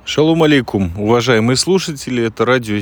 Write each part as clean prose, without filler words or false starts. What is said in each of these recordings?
Шалом алейкум, уважаемые слушатели, это радио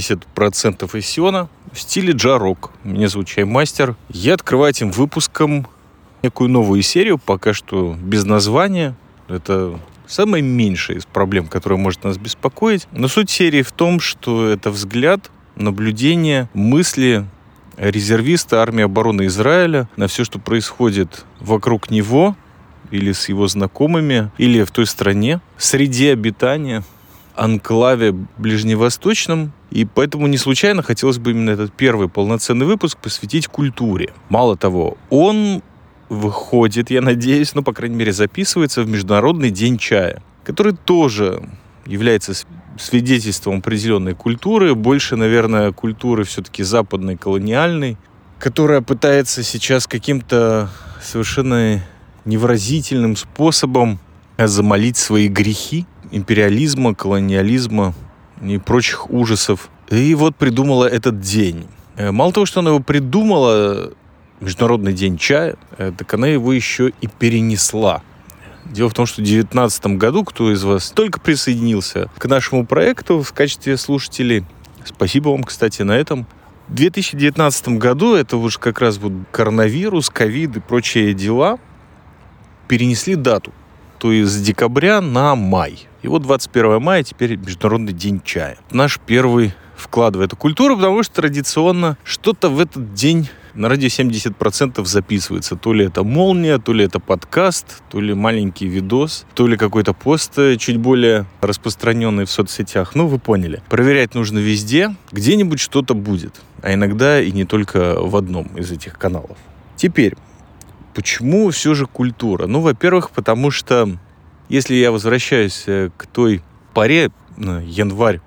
70% из Сиона в стиле джа-рок. Меня зовут Чаймастер. Я открываю этим выпуском некую новую серию, пока что без названия. Это самая меньшая из проблем, которая может нас беспокоить. Но суть серии в том, что это взгляд, наблюдение, мысли резервиста армии обороны Израиля на все, что происходит вокруг него, или с его знакомыми, или в той стране, среде обитания, анклаве ближневосточном. И поэтому не случайно хотелось бы именно этот первый полноценный выпуск посвятить культуре. Мало того, он выходит, я надеюсь, по крайней мере, записывается в Международный день чая, который тоже является свидетельством определенной культуры, больше, наверное, культуры все-таки западной, колониальной, которая пытается сейчас каким-то совершенно невыразительным способом замолить свои грехи империализма, колониализма и прочих ужасов. И вот придумала этот день. Мало того, что она его придумала, Международный день чая, так она его еще и перенесла. Дело в том, что в 2019 году, кто из вас только присоединился к нашему проекту в качестве слушателей, спасибо вам, кстати, на этом. В 2019 году, это уже как раз вот коронавирус, ковид и прочие дела, перенесли дату, то есть с декабря на май. И вот 21 мая теперь Международный день чая. Наш первый вклад в эту культуру, потому что традиционно что-то в этот день на радио 70% записывается. То ли это молния, то ли это подкаст, то ли маленький видос, то ли какой-то пост чуть более распространенный в соцсетях. Вы поняли. Проверять нужно везде. Где-нибудь что-то будет. А иногда и не только в одном из этих каналов. Теперь, почему все же культура? Во-первых, потому что если я возвращаюсь к той поре, январь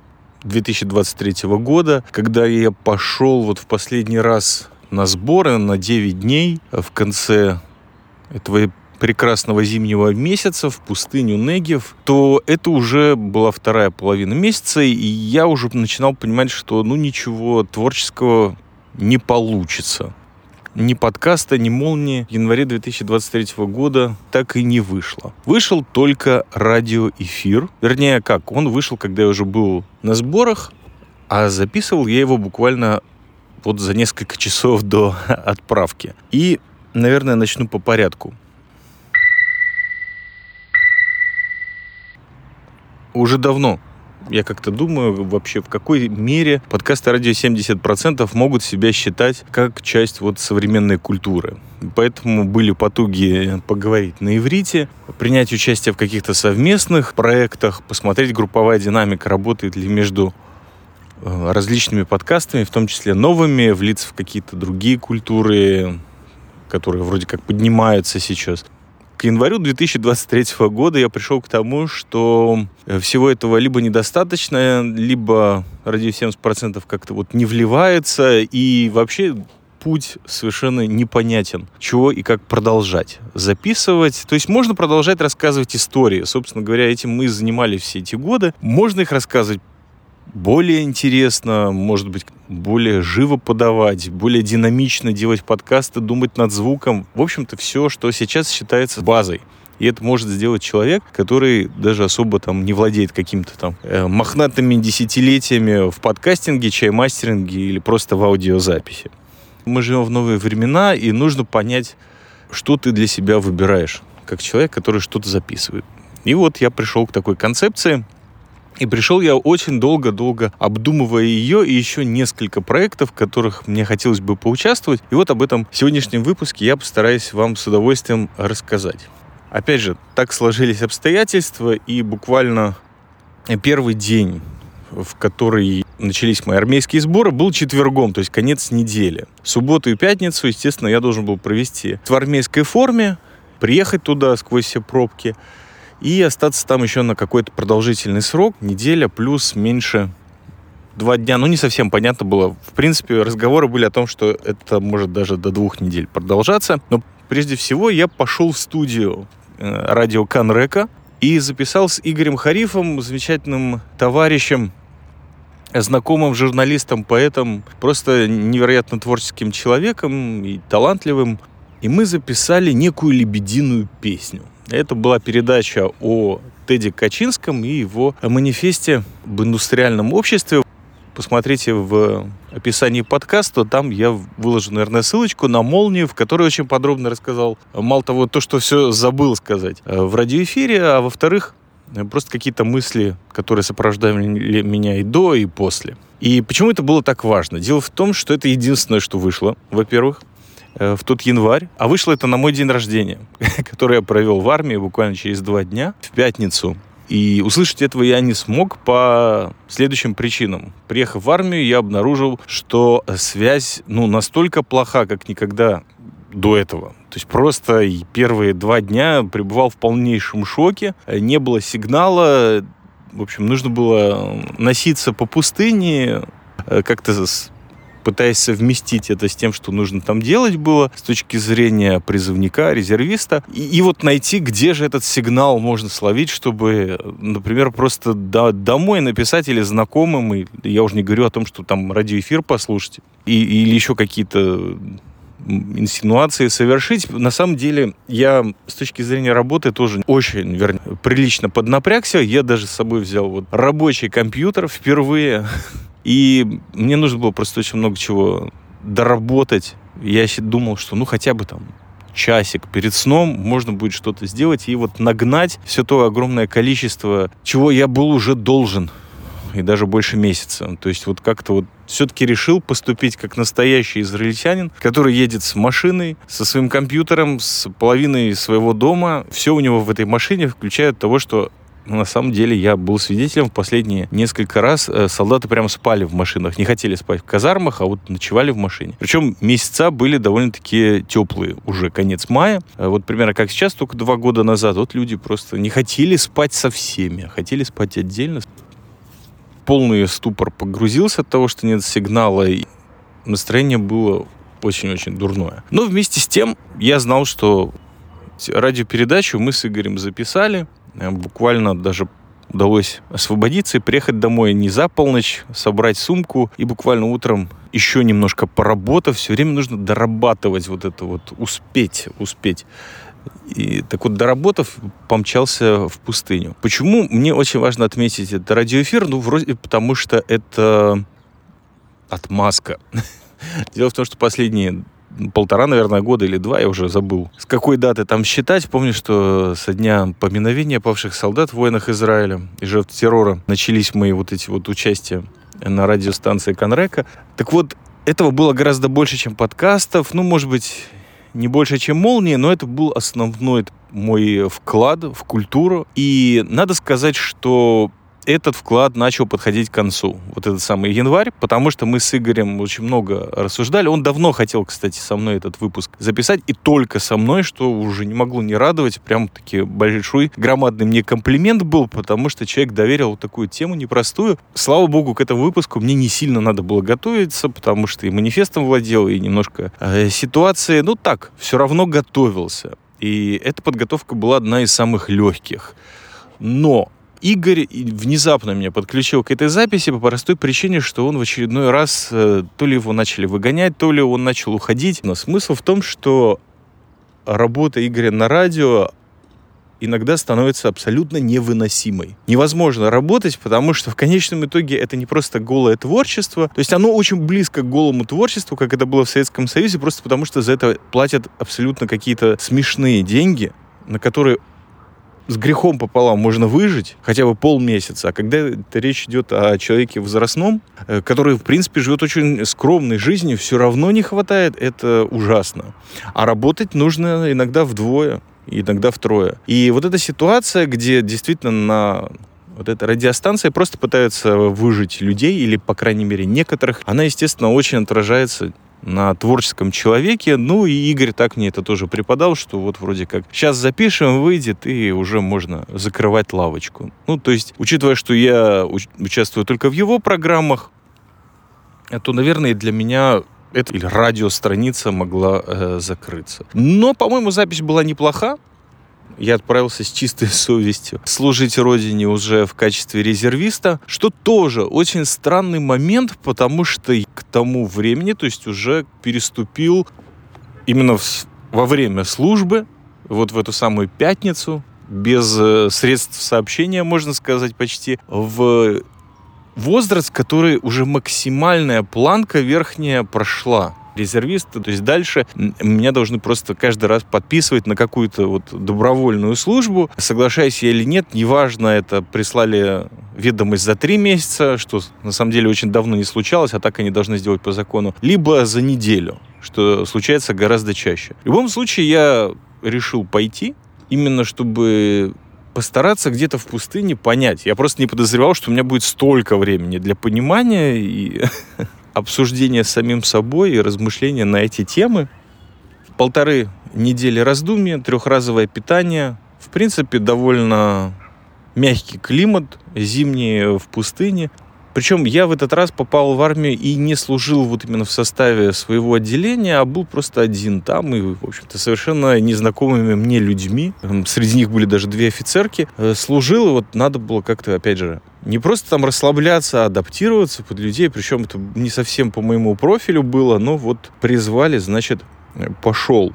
2023 года, когда я пошел в последний раз на сборы на 9 дней в конце этого прекрасного зимнего месяца в пустыню Негев, то это уже была вторая половина месяца, и я уже начинал понимать, что ничего творческого не получится. Ни подкаста, ни молнии в январе 2023 года так и не вышло. Вышел только радиоэфир. Вернее, он вышел, когда я уже был на сборах, а записывал я его буквально за несколько часов до отправки. И, наверное, начну по порядку. Уже давно я как-то думаю, вообще в какой мере подкасты радио 70% могут себя считать как часть современной культуры. Поэтому были потуги поговорить на иврите, принять участие в каких-то совместных проектах, посмотреть, групповая динамика работает ли между различными подкастами, в том числе новыми, влиться в какие-то другие культуры, которые вроде как поднимаются сейчас. К январю 2023 года я пришел к тому, что всего этого либо недостаточно, либо радио 70% как-то не вливается, и вообще путь совершенно непонятен, чего и как продолжать записывать. То есть можно продолжать рассказывать истории. Собственно говоря, этим мы занимались все эти годы. Можно их рассказывать более интересно, может быть, более живо подавать, более динамично делать подкасты, думать над звуком. В общем-то, все, что сейчас считается базой. И это может сделать человек, который даже особо не владеет какими-то мохнатыми десятилетиями в подкастинге, чаймастеринге или просто в аудиозаписи. Мы живем в новые времена, и нужно понять, что ты для себя выбираешь, как человек, который что-то записывает. И я пришел к такой концепции. И пришел я очень долго обдумывая ее и еще несколько проектов, в которых мне хотелось бы поучаствовать. И об этом в сегодняшнем выпуске я постараюсь вам с удовольствием рассказать. Опять же, так сложились обстоятельства, и буквально первый день, в который начались мои армейские сборы, был четвергом, то есть конец недели. Субботу и пятницу, естественно, я должен был провести в армейской форме, приехать туда сквозь все пробки, и остаться там еще на какой-то продолжительный срок, неделя плюс меньше 2 дня. Не совсем понятно было. В принципе, разговоры были о том, что это может даже до 2 недель продолжаться. Но прежде всего я пошел в студию радио Канрека и записал с Игорем Харифом, замечательным товарищем, знакомым журналистом, поэтом, просто невероятно творческим человеком и талантливым. И мы записали некую лебединую песню. Это была передача о Теде Качинском и его манифесте об индустриальном обществе. Посмотрите в описании подкаста, там я выложу, наверное, ссылочку на «Молнию», в которой очень подробно рассказал, мало того, то, что все забыл сказать в радиоэфире, а во-вторых, просто какие-то мысли, которые сопровождали меня и до, и после. И почему это было так важно? Дело в том, что это единственное, что вышло, во-первых, в тот январь. А вышло это на мой день рождения, который я провел в армии буквально через 2 дня, в пятницу. И услышать этого я не смог по следующим причинам. Приехав в армию, я обнаружил, что связь настолько плоха, как никогда до этого. То есть просто первые 2 дня пребывал в полнейшем шоке. Не было сигнала. В общем, нужно было носиться по пустыне, как-то пытаясь совместить это с тем, что нужно там делать было с точки зрения призывника, резервиста. И вот найти, где же этот сигнал можно словить, чтобы, например, просто домой написать или знакомым, и я уже не говорю о том, что там радиоэфир послушать, или еще какие-то инсинуации совершить. На самом деле, я с точки зрения работы тоже очень, прилично поднапрягся. Я даже с собой взял рабочий компьютер впервые. И мне нужно было просто очень много чего доработать. Я думал, что хотя бы часик перед сном можно будет что-то сделать и нагнать все то огромное количество, чего я был уже должен. И даже больше месяца. То есть как-то все-таки решил поступить как настоящий израильтянин, который едет с машиной, со своим компьютером, с половиной своего дома. Все у него в этой машине, включая того, что на самом деле я был свидетелем в последние несколько раз. Солдаты прямо спали в машинах. Не хотели спать в казармах, а ночевали в машине. Причем месяца были довольно-таки теплые. Уже конец мая. Примерно как сейчас, только 2 года назад. Люди просто не хотели спать со всеми, а хотели спать отдельно. Полный ступор погрузился от того, что нет сигнала. И настроение было очень-очень дурное. Но вместе с тем я знал, что радиопередачу мы с Игорем записали. Буквально даже удалось освободиться и приехать домой не за полночь, собрать сумку и буквально утром еще немножко поработав. Все время нужно дорабатывать успеть. И доработав, помчался в пустыню. Почему мне очень важно отметить этот радиоэфир? Вроде потому что это отмазка. Дело в том, что последние 1,5, наверное, года или 2, я уже забыл, с какой даты там считать. Помню, что со дня поминовения павших солдат в войнах Израиля и жертв террора начались мои эти участия на радиостанции Конрека. Так этого было гораздо больше, чем подкастов. Может быть, не больше, чем «Молния», но это был основной мой вклад в культуру. И надо сказать, что этот вклад начал подходить к концу. Этот самый январь, потому что мы с Игорем очень много рассуждали. Он давно хотел, кстати, со мной этот выпуск записать, и только со мной, что уже не могло не радовать. Прям-таки большой, громадный мне комплимент был, потому что человек доверил такую тему непростую. Слава богу, к этому выпуску мне не сильно надо было готовиться, потому что и манифестом владел, и немножко ситуации. Все равно готовился. И эта подготовка была одна из самых легких. Но Игорь внезапно меня подключил к этой записи по простой причине, что он в очередной раз то ли его начали выгонять, то ли он начал уходить. Но смысл в том, что работа Игоря на радио иногда становится абсолютно невыносимой. Невозможно работать, потому что в конечном итоге это не просто голое творчество. То есть оно очень близко к голому творчеству, как это было в Советском Союзе, просто потому что за это платят абсолютно какие-то смешные деньги, на которые с грехом пополам можно выжить хотя бы полмесяца. А когда речь идет о человеке возрастном, который, в принципе, живет очень скромной жизнью, все равно не хватает, это ужасно. А работать нужно иногда вдвое, иногда втрое. И эта ситуация, где действительно на эта радиостанция просто пытаются выжить людей, или, по крайней мере, некоторых, она, естественно, очень отражается на творческом человеке. И Игорь так мне это тоже преподал, что вроде как сейчас запишем, выйдет, и уже можно закрывать лавочку. То есть, учитывая, что я участвую только в его программах, то, наверное, для меня эта радиостраница могла закрыться. Но, по-моему, запись была неплоха. Я отправился с чистой совестью служить Родине уже в качестве резервиста, что тоже очень странный момент, потому что к тому времени, то есть уже переступил именно во время службы вот в эту самую пятницу, без средств сообщения, можно сказать, почти, в возраст, который уже максимальная планка верхняя прошла. Резервисты, то есть дальше меня должны просто каждый раз подписывать на какую-то вот добровольную службу, соглашаюсь я или нет, неважно, это прислали ведомость за 3 месяца, что на самом деле очень давно не случалось, а так они должны сделать по закону, либо за неделю, что случается гораздо чаще. В любом случае я решил пойти, именно чтобы постараться где-то в пустыне понять. Я просто не подозревал, что у меня будет столько времени для понимания и обсуждения с самим собой и размышления на эти темы. 1,5 недели раздумья, 3-разовое питание. В принципе, довольно мягкий климат, зимний в пустыне. Причем я в этот раз попал в армию и не служил вот именно в составе своего отделения, а был просто один там и, в общем-то, совершенно незнакомыми мне людьми. Среди них были даже 2 офицерки. Служил, и вот надо было как-то, опять же, не просто там расслабляться, а адаптироваться под людей. Причем это не совсем по моему профилю было, но вот призвали, значит, пошел.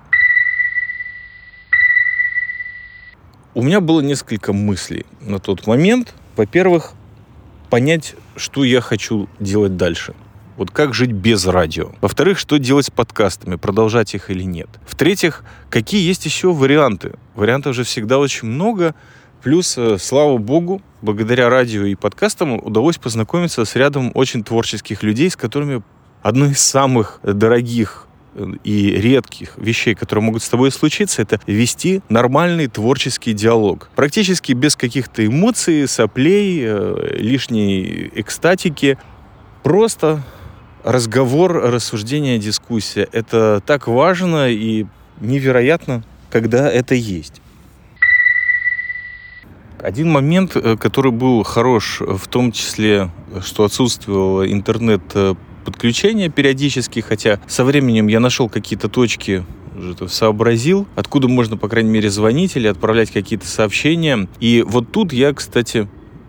У меня было несколько мыслей на тот момент. Во-первых, понять, что я хочу делать дальше. Вот как жить без радио. Во-вторых, что делать с подкастами, продолжать их или нет. В-третьих, какие есть еще варианты. Вариантов же всегда очень много. Плюс, слава богу, благодаря радио и подкастам удалось познакомиться с рядом очень творческих людей, с которыми одно из самых дорогих и редких вещей, которые могут с тобой случиться, это вести нормальный творческий диалог. Практически без каких-то эмоций, соплей, лишней экстатики. Просто разговор, рассуждение, дискуссия. Это так важно и невероятно, когда это есть. Один момент, который был хорош, в том числе, что отсутствовало интернет-подключение периодически, хотя со временем я нашел какие-то точки, уже сообразил, откуда можно, по крайней мере, звонить или отправлять какие-то сообщения. И вот тут я, кстати,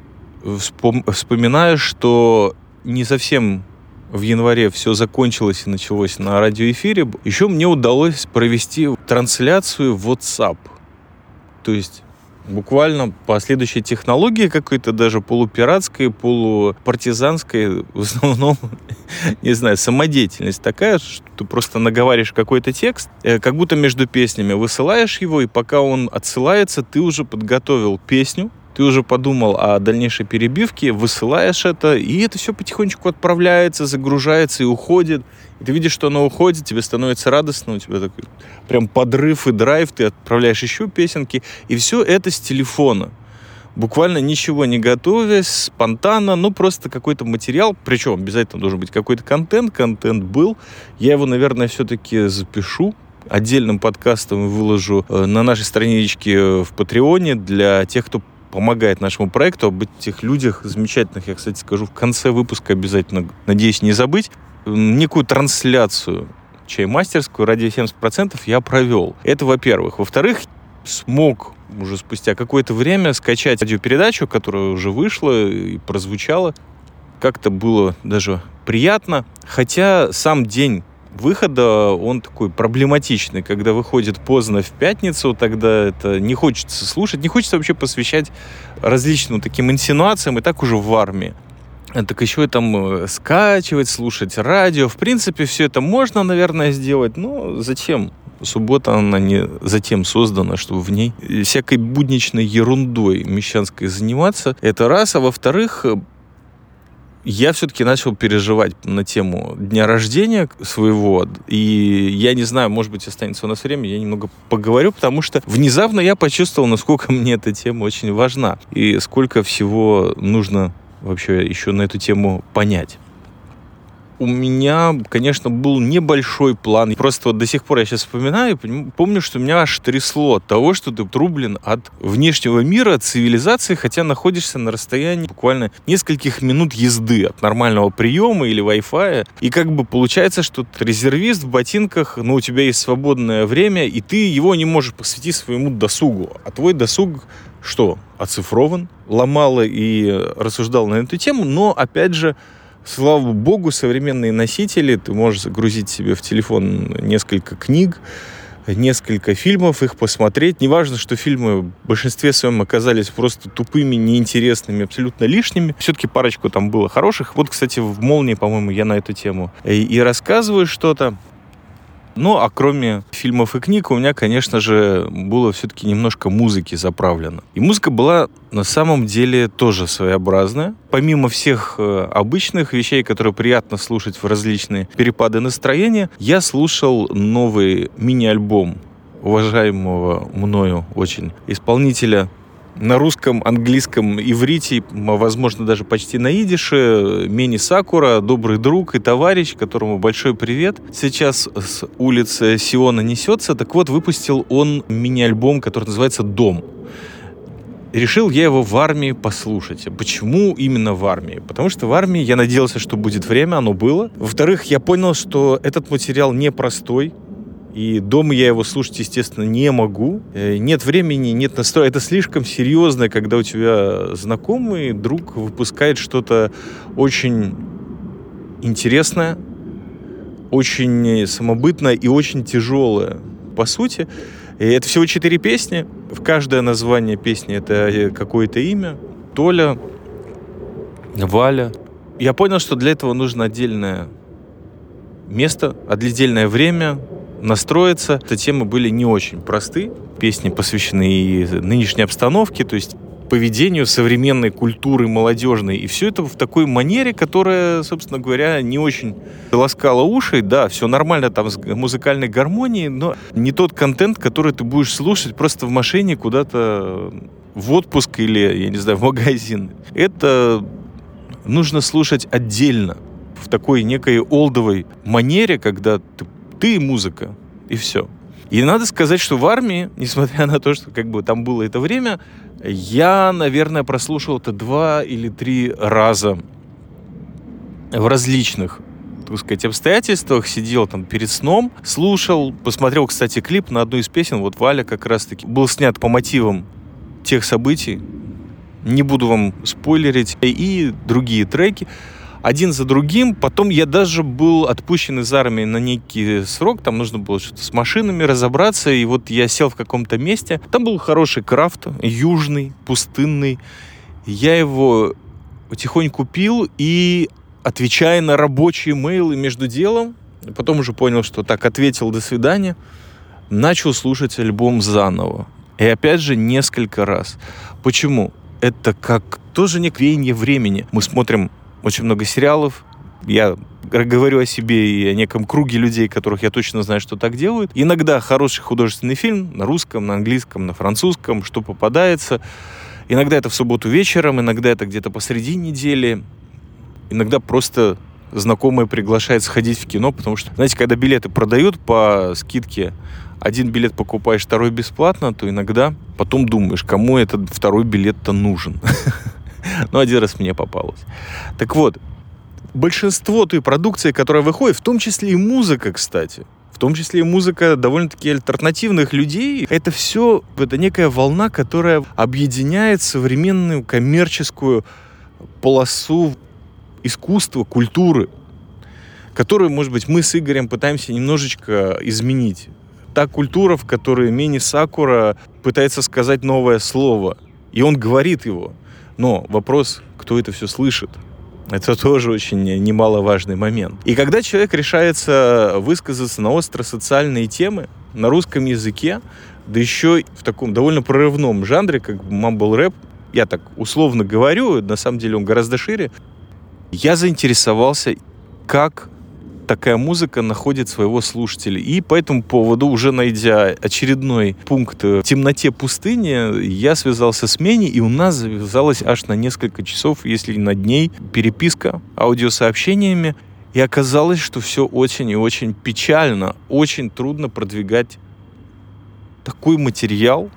вспоминаю, что не совсем в январе все закончилось и началось на радиоэфире. Еще мне удалось провести трансляцию в WhatsApp. То есть буквально по следующей технологии какой-то, даже полупиратской, полупартизанской, в основном, не знаю, самодеятельность такая, что ты просто наговариваешь какой-то текст, как будто между песнями высылаешь его, и пока он отсылается, ты уже подготовил песню, ты уже подумал о дальнейшей перебивке, высылаешь это, и это все потихонечку отправляется, загружается и уходит. И ты видишь, что оно уходит, тебе становится радостно, у тебя такой прям подрыв и драйв, ты отправляешь еще песенки, и все это с телефона. Буквально ничего не готовясь, спонтанно, просто какой-то материал, причем обязательно должен быть какой-то контент был. Я его, наверное, все-таки запишу отдельным подкастом и выложу на нашей страничке в Патреоне для тех, кто помогает нашему проекту. Об этих людях замечательных я, кстати, скажу в конце выпуска обязательно, надеюсь, не забыть. Некую трансляцию чаймастерскую «Радио 70%» я провел. Это, во-первых. Во-вторых, смог уже спустя какое-то время скачать радиопередачу, которая уже вышла и прозвучала. Как-то было даже приятно. Хотя сам день выхода, он такой проблематичный. Когда выходит поздно в пятницу, тогда это не хочется слушать, не хочется вообще посвящать различным таким инсинуациям, и так уже в армии. Так еще и там скачивать, слушать радио. В принципе, все это можно, наверное, сделать, но зачем? Суббота, она не затем создана, чтобы в ней всякой будничной ерундой мещанской заниматься. Это раз. А во-вторых, я все-таки начал переживать на тему дня рождения своего. И я не знаю, может быть, останется у нас время, я немного поговорю, потому что внезапно я почувствовал, насколько мне эта тема очень важна. И сколько всего нужно вообще еще на эту тему понять. У меня, конечно, был небольшой план. Просто вот до сих пор я сейчас вспоминаю, помню, что меня аж трясло от того, что ты отрублен от внешнего мира, от цивилизации, хотя находишься на расстоянии буквально нескольких минут езды от нормального приема или Wi-Fi. И как бы получается, что ты резервист в ботинках, но у тебя есть свободное время, и ты его не можешь посвятить своему досугу. А твой досуг что? Оцифрован. Ломало и рассуждал на эту тему, но, опять же, слава богу, современные носители, ты можешь загрузить себе в телефон несколько книг, несколько фильмов, их посмотреть. Неважно, что фильмы в большинстве своем оказались просто тупыми, неинтересными, абсолютно лишними. Все-таки парочку там было хороших. Вот, кстати, в «Молнии», по-моему, я на эту тему и рассказываю что-то. Ну, а кроме фильмов и книг, у меня, конечно же, было все-таки немножко музыки заправлено. И музыка была на самом деле тоже своеобразная. Помимо всех обычных вещей, которые приятно слушать в различные перепады настроения, я слушал новый мини-альбом уважаемого мною очень исполнителя на русском, английском, иврите, возможно, даже почти на идише, Мени Сакура, добрый друг и товарищ, которому большой привет. Сейчас с улицы Сиона несется. Так вот, выпустил он мини-альбом, который называется «Дом». Решил я его в армии послушать. Почему именно в армии? Потому что в армии я надеялся, что будет время, оно было. Во-вторых, я понял, что этот материал непростой. И дома я его слушать, естественно, не могу. Нет времени, нет настроя. Это слишком серьезно, когда у тебя знакомый друг выпускает что-то очень интересное, очень самобытное и очень тяжелое. По сути, это всего 4 песни. В каждое название песни это какое-то имя. Толя, Валя. Я понял, что для этого нужно отдельное место, отдельное время, настроиться. Эти темы были не очень просты. Песни посвящены и нынешней обстановке, то есть поведению современной культуры молодежной. И все это в такой манере, которая, собственно говоря, не очень ласкала уши. Да, все нормально там с музыкальной гармонией, но не тот контент, который ты будешь слушать просто в машине куда-то в отпуск или, я не знаю, в магазин. Это нужно слушать отдельно, в такой некой олдовой манере, когда ты и музыка, и все. И надо сказать, что в армии, несмотря на то, что как бы там было это время, я, наверное, прослушал это 2 или 3 раза в различных, так сказать, обстоятельствах. Сидел там перед сном, слушал, посмотрел, кстати, клип на одну из песен. Вот «Валя» как раз-таки был снят по мотивам тех событий. Не буду вам спойлерить. И другие треки. Один за другим. Потом я даже был отпущен из армии на некий срок. Там нужно было что-то с машинами разобраться. И вот я сел в каком-то месте. Там был хороший крафт, южный, пустынный. Я его потихоньку пил и, отвечая на рабочие мейлы между делом, потом уже понял, что так, ответил «до свидания», начал слушать альбом заново. И опять же несколько раз. Почему? Это как тоже некое веяние времени. Мы смотрим очень много сериалов. Я говорю о себе и о неком круге людей, которых я точно знаю, что так делают. Иногда хороший художественный фильм на русском, на английском, на французском, что попадается. Иногда это в субботу вечером, иногда это где-то посреди недели. Иногда просто знакомые приглашают сходить в кино, потому что, знаете, когда билеты продают по скидке, один билет покупаешь, второй бесплатно, то иногда потом думаешь, кому этот второй билет-то нужен. Но один раз мне попалось. Так вот, большинство той продукции, которая выходит, в том числе и музыка, кстати, в том числе и музыка довольно-таки альтернативных людей, это все, это некая волна, которая объединяет современную коммерческую полосу искусства, культуры, которую, может быть, мы с Игорем пытаемся немножечко изменить. Та культура, в которой Мени Сакура пытается сказать новое слово, и он говорит его. Но вопрос, кто это все слышит, это тоже очень немаловажный момент. И когда человек решается высказаться на остросоциальные темы на русском языке, да еще в таком довольно прорывном жанре, как мамбл-рэп, я так условно говорю, на самом деле он гораздо шире, я заинтересовался, как такая музыка находит своего слушателя. И по этому поводу, уже найдя очередной пункт в темноте пустыни, я связался с Мени, и у нас завязалась аж на несколько часов, если не на дней, переписка аудиосообщениями. И оказалось, что все очень и очень печально. Очень трудно продвигать такой материал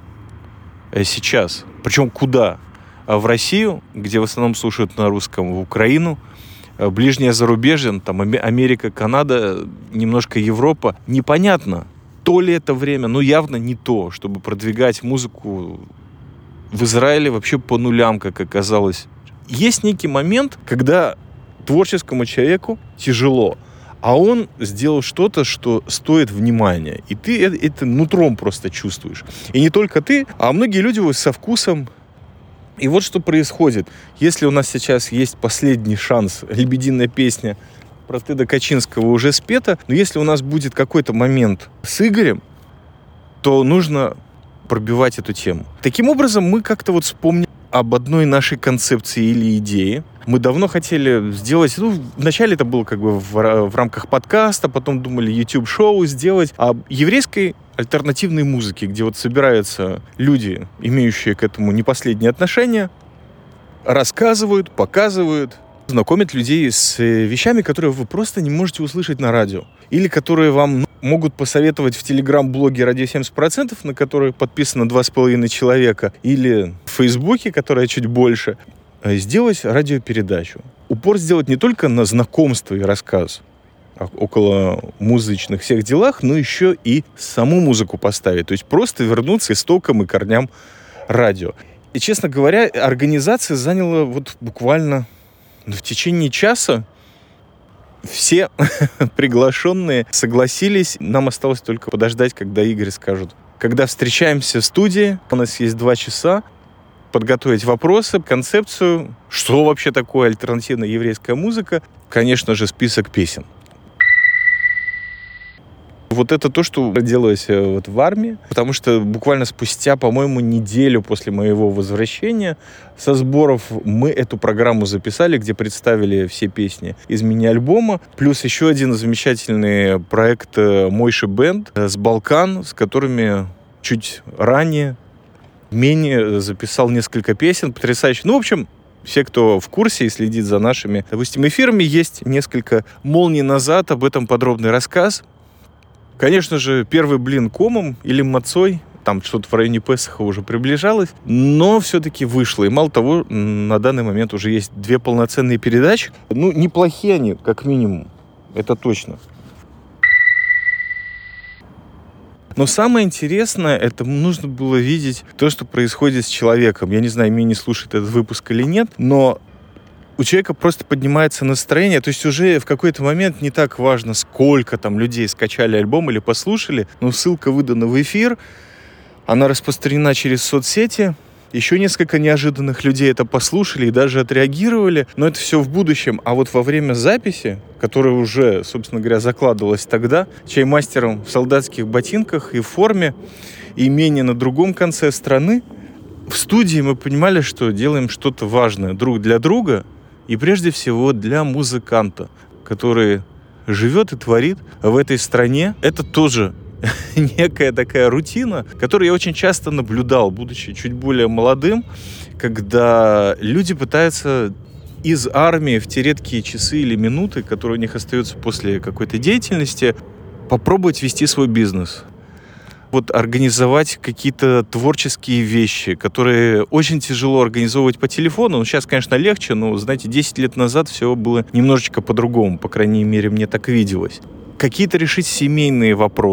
сейчас. Причем куда? В Россию, где в основном слушают на русском, в Украину, ближнее зарубежье, там Америка, Канада, немножко Европа. Непонятно, то ли это время, но явно не то, чтобы продвигать музыку в Израиле вообще по нулям, как оказалось. Есть некий момент, когда творческому человеку тяжело, а он сделал что-то, что стоит внимания. И ты это нутром просто чувствуешь. И не только ты, а многие люди со вкусом. И вот что происходит. Если у нас сейчас есть последний шанс, «Лебединая песня» про Теда Качинского уже спета, но если у нас будет какой-то момент с Игорем, то нужно пробивать эту тему. Таким образом, мы как-то вот вспомнили об одной нашей концепции или идее. Мы давно хотели сделать, вначале это было как бы в рамках подкаста, потом думали YouTube-шоу сделать о еврейской альтернативной музыке, где вот собираются люди, имеющие к этому не последние отношения, рассказывают, показывают, знакомят людей с вещами, которые вы просто не можете услышать на радио. Или которые вам могут посоветовать в телеграм-блоге «Радио 70%», на который подписано 2,5 человека, или в Фейсбуке, которая чуть больше, сделать радиопередачу. Упор сделать не только на знакомство и рассказ около музычных всех делах, но еще и саму музыку поставить. То есть просто вернуться к истокам и корням радио. И, честно говоря, организация заняла вот буквально в течение часа. Все приглашенные согласились. Нам осталось только подождать, когда Игорь скажет. Когда встречаемся в студии, у нас есть 2 часа, подготовить вопросы, концепцию, что вообще такое альтернативная еврейская музыка, конечно же, список песен. Вот это то, что делалось вот в армии, потому что буквально спустя, по-моему, неделю после моего возвращения со сборов мы эту программу записали, где представили все песни из мини-альбома, плюс еще один замечательный проект Мойши Бенд с Балкан, с которыми чуть ранее Мени записал несколько песен потрясающих. В общем, все, кто в курсе и следит за нашими, допустим, эфирами, есть несколько молний назад об этом подробный рассказ. Конечно же, первый блин комом или мацой, там что-то в районе Песаха уже приближалось, но все-таки вышло. И мало того, на данный момент уже есть 2 полноценные передачи. Неплохие они, как минимум, это точно. Но самое интересное, это нужно было видеть то, что происходит с человеком. Я не знаю, Мини слушает этот выпуск или нет, но у человека просто поднимается настроение. То есть уже в какой-то момент не так важно, сколько там людей скачали альбом или послушали, но ссылка выдана в эфир, она распространена через соцсети. Еще несколько неожиданных людей это послушали и даже отреагировали, но это все в будущем. А вот во время записи, которая уже, собственно говоря, закладывалась тогда, чаймастером в солдатских ботинках и в форме, и имение на другом конце страны, в студии мы понимали, что делаем что-то важное друг для друга и прежде всего для музыканта, который живет и творит в этой стране. Это тоже некая такая рутина, которую я очень часто наблюдал, будучи чуть более молодым, когда люди пытаются из армии в те редкие часы или минуты, которые у них остаются после какой-то деятельности, попробовать вести свой бизнес. Вот организовать какие-то творческие вещи, которые очень тяжело организовывать по телефону. Ну, сейчас, конечно, легче, но, знаете, 10 лет назад все было немножечко по-другому, по крайней мере, мне так виделось. Какие-то решить семейные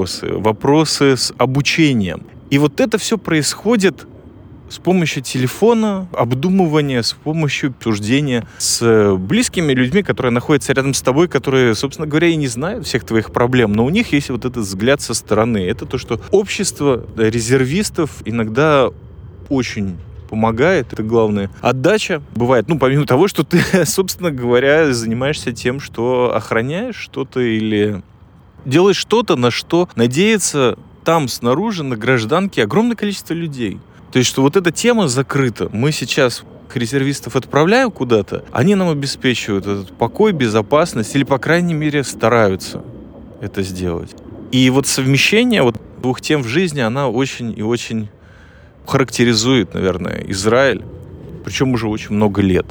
вопросы с обучением. И вот это все происходит с помощью телефона, обдумывания, с помощью обсуждения с близкими людьми, которые находятся рядом с тобой, которые, собственно говоря, и не знают всех твоих проблем, но у них есть вот этот взгляд со стороны. Это то, что общество резервистов иногда очень помогает. Это главное. Отдача бывает, помимо того, что ты, собственно говоря, занимаешься тем, что охраняешь что-то или делаешь что-то, на что надеется там снаружи, на гражданке, огромное количество людей. То есть, что вот эта тема закрыта. Мы сейчас резервистов отправляем куда-то, они нам обеспечивают этот покой, безопасность, или, по крайней мере, стараются это сделать. И вот совмещение вот 2 тем в жизни, она очень и очень характеризует, наверное, Израиль, причем уже очень много лет.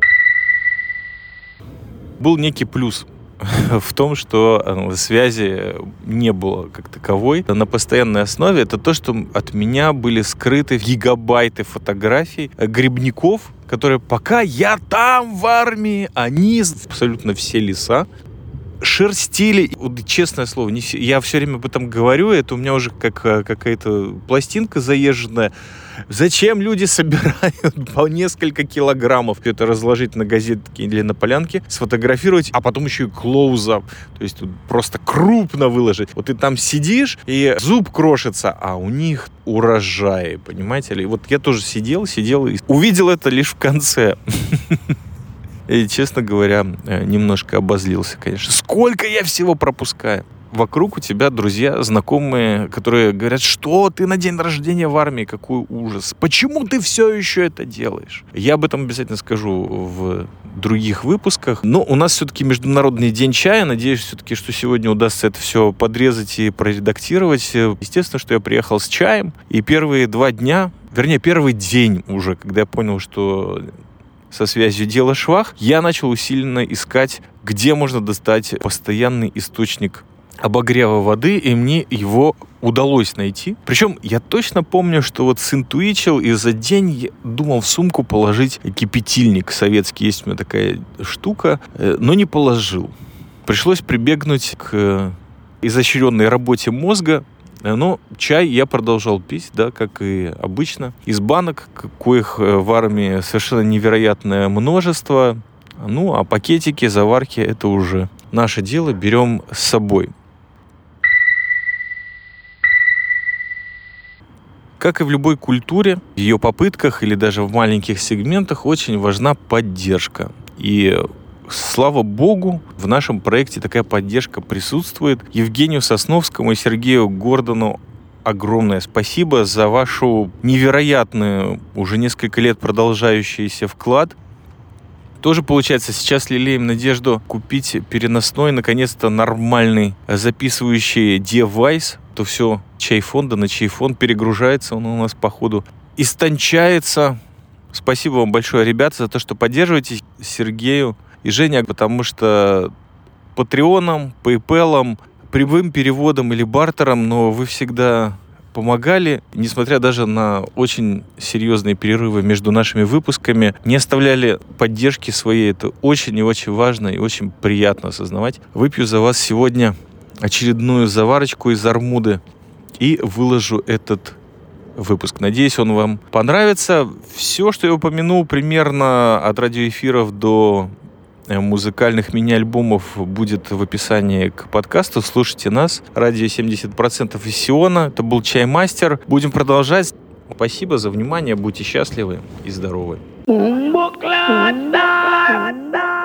Был некий плюс в том, что связи не было как таковой на постоянной основе. Это то, что от меня были скрыты гигабайты фотографий грибников, которые пока я там в армии, они абсолютно все леса шерстили. Вот, честное слово, я все время об этом говорю, это у меня уже как какая-то пластинка заезженная. Зачем люди собирают по несколько килограммов? Это разложить на газетке или на полянке, сфотографировать, а потом еще и клоузап. То есть тут просто крупно выложить. Вот ты там сидишь, и зуб крошится, а у них урожай, понимаете ли? Вот я тоже сидел и увидел это лишь в конце. И, честно говоря, немножко обозлился, конечно. Сколько я всего пропускаю! Вокруг у тебя друзья, знакомые, которые говорят, что ты на день рождения в армии, какой ужас. Почему ты все еще это делаешь? Я об этом обязательно скажу в других выпусках. Но у нас все-таки Международный день чая. Надеюсь все-таки, что сегодня удастся это все подрезать и проредактировать. Естественно, что я приехал с чаем. И первые 2 дня, вернее, первый день уже, когда я понял, что со связью дело швах, я начал усиленно искать, где можно достать постоянный источник обогрева воды, и мне его удалось найти. Причем я точно помню, что вот синтуичил, и за день я думал в сумку положить кипятильник советский. Есть у меня такая штука, но не положил. Пришлось прибегнуть к изощренной работе мозга, но чай я продолжал пить, да, как и обычно, из банок, коих в армии совершенно невероятное множество. Ну, а пакетики, заварки — это уже наше дело, берем с собой. Как и в любой культуре, в ее попытках или даже в маленьких сегментах очень важна поддержка. И слава богу, в нашем проекте такая поддержка присутствует. Евгению Сосновскому и Сергею Гордону огромное спасибо за вашу невероятную, уже несколько лет продолжающийся вклад. Тоже, получается, сейчас лелеем надежду купить переносной, наконец-то нормальный записывающий девайс. То все чайфон, да на чайфон перегружается он у нас, походу, истончается. Спасибо вам большое, ребята, за то, что поддерживаете Сергею и Женя, потому что патреоном, PayPal, прямым переводом или бартером, но вы всегда помогали, несмотря даже на очень серьезные перерывы между нашими выпусками, не оставляли поддержки своей. Это очень и очень важно и очень приятно осознавать. Выпью за вас сегодня очередную заварочку из Армуды и выложу этот выпуск. Надеюсь, он вам понравится. Все, что я упомянул, примерно от радиоэфиров до музыкальных мини-альбомов, будет в описании к подкасту. Слушайте нас. Радио 70% из Сиона. Это был Чаймастер. Будем продолжать. Спасибо за внимание. Будьте счастливы и здоровы.